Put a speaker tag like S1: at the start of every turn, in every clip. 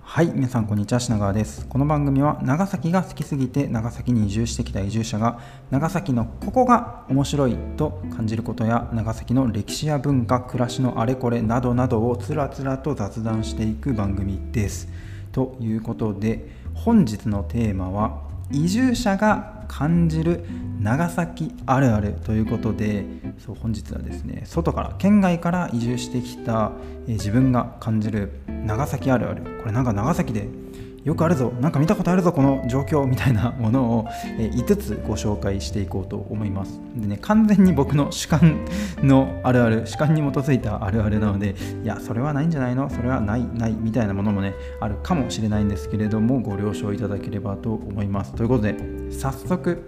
S1: はい、皆さんこんにちは、品川です。この番組は長崎が好きすぎて長崎に移住してきた移住者が長崎のここが面白いと感じることや長崎の歴史や文化、暮らしのあれこれなどなどをつらつらと雑談していく番組です。ということで本日のテーマは移住者が感じる長崎あるあるということで、本日はですね、外から県外から移住してきた自分が感じる長崎あるある、これなんか長崎でよくあるぞ、なんか見たことあるぞこの状況みたいなものを5つご紹介していこうと思います。でね、完全に僕の主観のあるある、主観に基づいたあるあるなので、いやそれはないんじゃないの、それはないみたいなものもねあるかもしれないんですけれども、ご了承いただければと思います。ということで早速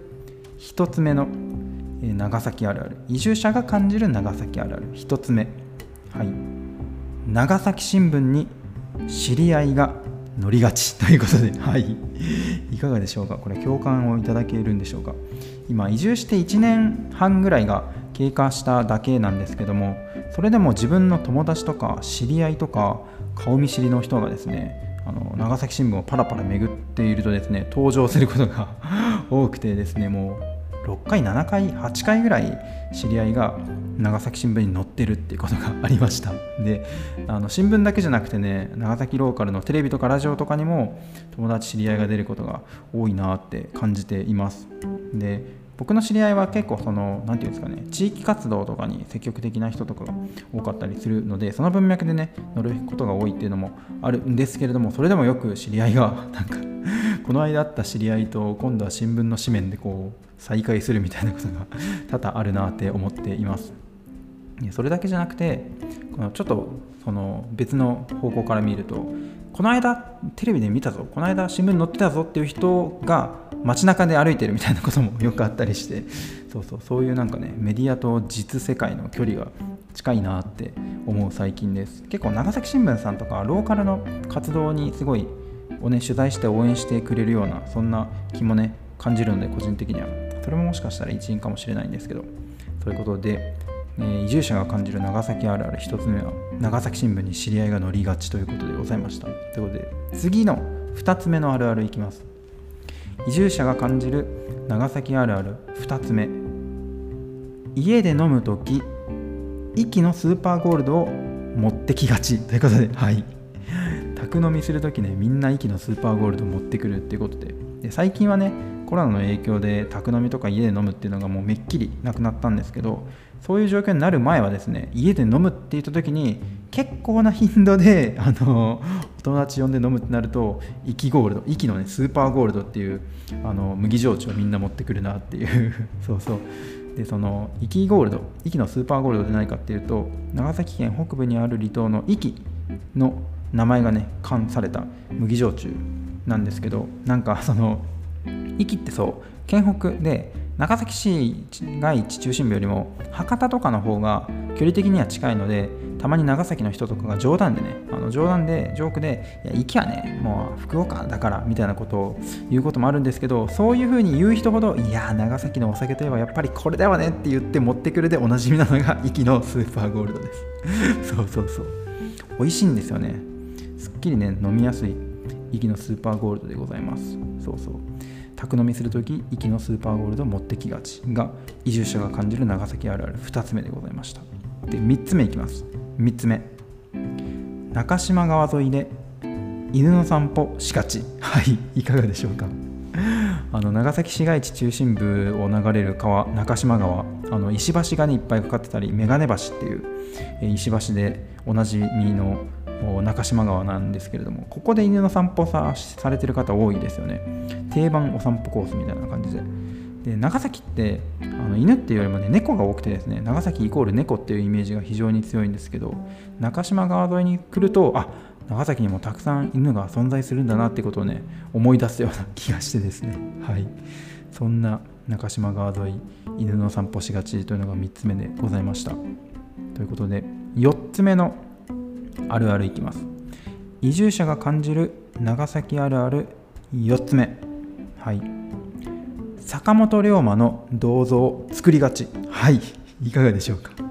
S1: 1つ目の長崎あるある、移住者が感じる長崎あるある1つ目、はい、長崎新聞に知り合いが乗りがちということで、はい、いかがでしょうか。これ共感をいただけるんでしょうか。今移住して1年半ぐらいが経過しただけなんですけども、それでも自分の友達とか知り合いとか顔見知りの人がですね、長崎新聞をパラパラ巡っているとですね、登場することが多くてですね、もう6回7回8回ぐらい知り合いが長崎新聞に載ってるっていうことがありました。で、新聞だけじゃなくてね、長崎ローカルのテレビとかラジオとかにも友達知り合いが出ることが多いなって感じています。で、僕の知り合いは結構なんていうんですかね、地域活動とかに積極的な人とかが多かったりするので、その文脈でね乗ることが多いっていうのもあるんですけれども、それでもよく知り合いがなんかこの間会った知り合いと今度は新聞の紙面でこう再会するみたいなことが多々あるなって思っています。それだけじゃなくて、ちょっと別の方向から見ると、この間テレビで見たぞ、この間新聞に載ってたぞっていう人が街中で歩いてるみたいなこともよくあったりして、そういうなんかね、メディアと実世界の距離が近いなって思う最近です。結構長崎新聞さんとかローカルの活動にすごい取材して応援してくれるような、そんな気もね感じるので、個人的にはそれももしかしたら一因かもしれないんですけど、そういうことで移住者が感じる長崎あるある1つ目は、長崎新聞に知り合いが乗りがちということでございました。ということで次の2つ目のあるあるいきます。移住者が感じる長崎あるある2つ目、家で飲むとき壱岐のスーパーゴールドを持ってきがちということで、はい、宅飲みするときね、みんな壱岐のスーパーゴールドを持ってくるっていうことで、最近はねコロナの影響で宅飲みとか家で飲むっていうのがもうめっきりなくなったんですけど、そういう状況になる前はですね、家で飲むって言った時に結構な頻度でお友達呼んで飲むってなると、壱岐ゴールド、壱岐のねスーパーゴールドっていう麦焼酎をみんな持ってくるなっていうで、その壱岐ゴールド、壱岐のスーパーゴールドで何かっていうと、長崎県北部にある離島の壱岐の名前がね冠された麦焼酎なんですけど、なんか壱岐って県北で長崎市街地中心部よりも博多とかの方が距離的には近いので、たまに長崎の人とかが冗談でジョークで、いや壱岐はねもう福岡だからみたいなことを言うこともあるんですけど、そういう風に言う人ほど、いや長崎のお酒といえばやっぱりこれだよねって言って持ってくるでおなじみなのが壱岐のスーパーゴールドです美味しいんですよね。すっきりね飲みやすい壱岐のスーパーゴールドでございます。宅飲みするとき壱岐のスーパーゴールドを持ってきがちが移住者が感じる長崎あるある2つ目でございました。で3つ目いきます。3つ目、中島川沿いで犬の散歩しがち。はい、いかがでしょうか。長崎市街地中心部を流れる川、中島川、石橋がねいっぱいかかってたり、眼鏡橋っていう石橋でおなじみの中島川なんですけれども、ここで犬の散歩されてる方多いですよね。定番お散歩コースみたいな感じで、長崎って犬っていうよりもね猫が多くてですね、長崎イコール猫っていうイメージが非常に強いんですけど、中島川沿いに来ると、長崎にもたくさん犬が存在するんだなってことをね思い出すような気がしてですね、はい、そんな中島川沿い犬の散歩しがちというのが3つ目でございました。ということで4つ目のあるあるいきます。移住者が感じる長崎あるある4つ目、はい、坂本龍馬の銅像を作りがち。はい、いかがでしょうか。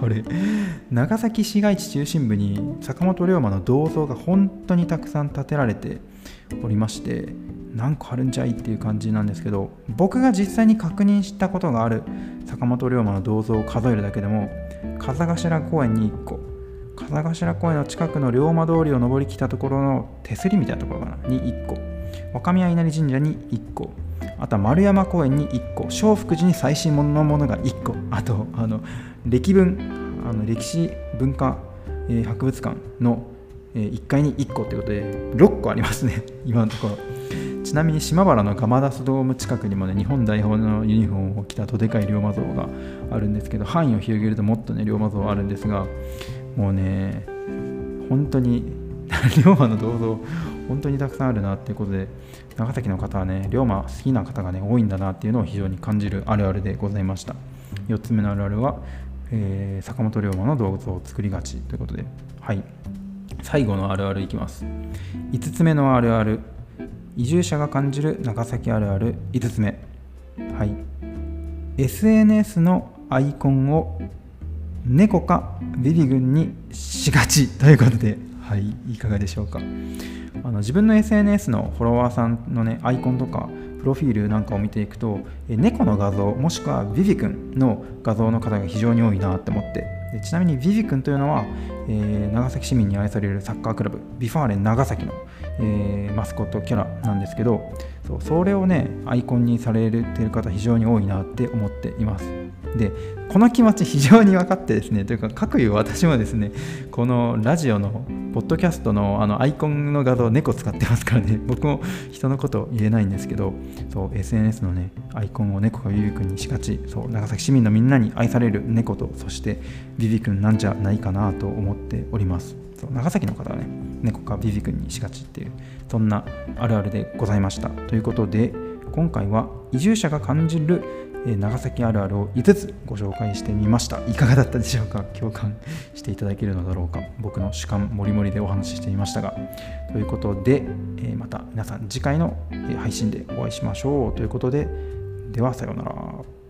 S1: これ長崎市街地中心部に坂本龍馬の銅像が本当にたくさん建てられておりまして、何個あるんじゃいっていう感じなんですけど、僕が実際に確認したことがある坂本龍馬の銅像を数えるだけでも、風頭公園に1個、風頭公園の近くの龍馬通りを登りきたところの手すりみたいなところかなに1個、若宮稲荷神社に1個、あとは丸山公園に1個、聖福寺に最新のものが1個、あと歴史文化、博物館の、1階に1個ということで6個ありますね今のところ。ちなみに島原のガマダスドーム近くにもね、日本代表のユニフォームを着たどでかい龍馬像があるんですけど、範囲を広げるともっとね龍馬像あるんですが、もうね本当に龍馬の銅像本当にたくさんあるなっていうことで、長崎の方はね龍馬好きな方がね多いんだなっていうのを非常に感じるあるあるでございました。4つ目のあるあるは、坂本龍馬の銅像を作りがちということで、はい、最後のあるあるいきます。5つ目のあるある、移住者が感じる長崎あるある5つ目、はい、SNS のアイコンを猫かビビ軍にしがちということで、はい、いかがでしょうか。自分の SNS のフォロワーさんのねアイコンとかプロフィールなんかを見ていくと、猫の画像もしくはビビ君の画像の方が非常に多いなって思って、でちなみにビビ君というのは、長崎市民に愛されるサッカークラブビファーレン長崎の、マスコットキャラなんですけど、それをねアイコンにされている方非常に多いなって思っています。でこの気持ち非常に分かってですね、というか各いう私もですね、このラジオのポッドキャストのアイコンの画像猫使ってますからね、僕も人のこと言えないんですけど、SNS のねアイコンを猫かビビ君にしがち、長崎市民のみんなに愛される猫と、そしてビビ君なんじゃないかなと思っております。長崎の方はね猫かビビ君にしがちっていう、そんなあるあるでございました。ということで今回は移住者が感じる長崎あるあるを5つご紹介してみました。いかがだったでしょうか。共感していただけるのだろうか。僕の主観もりもりでお話ししてみましたが、ということで、また皆さん次回の配信でお会いしましょうということで、ではさようなら。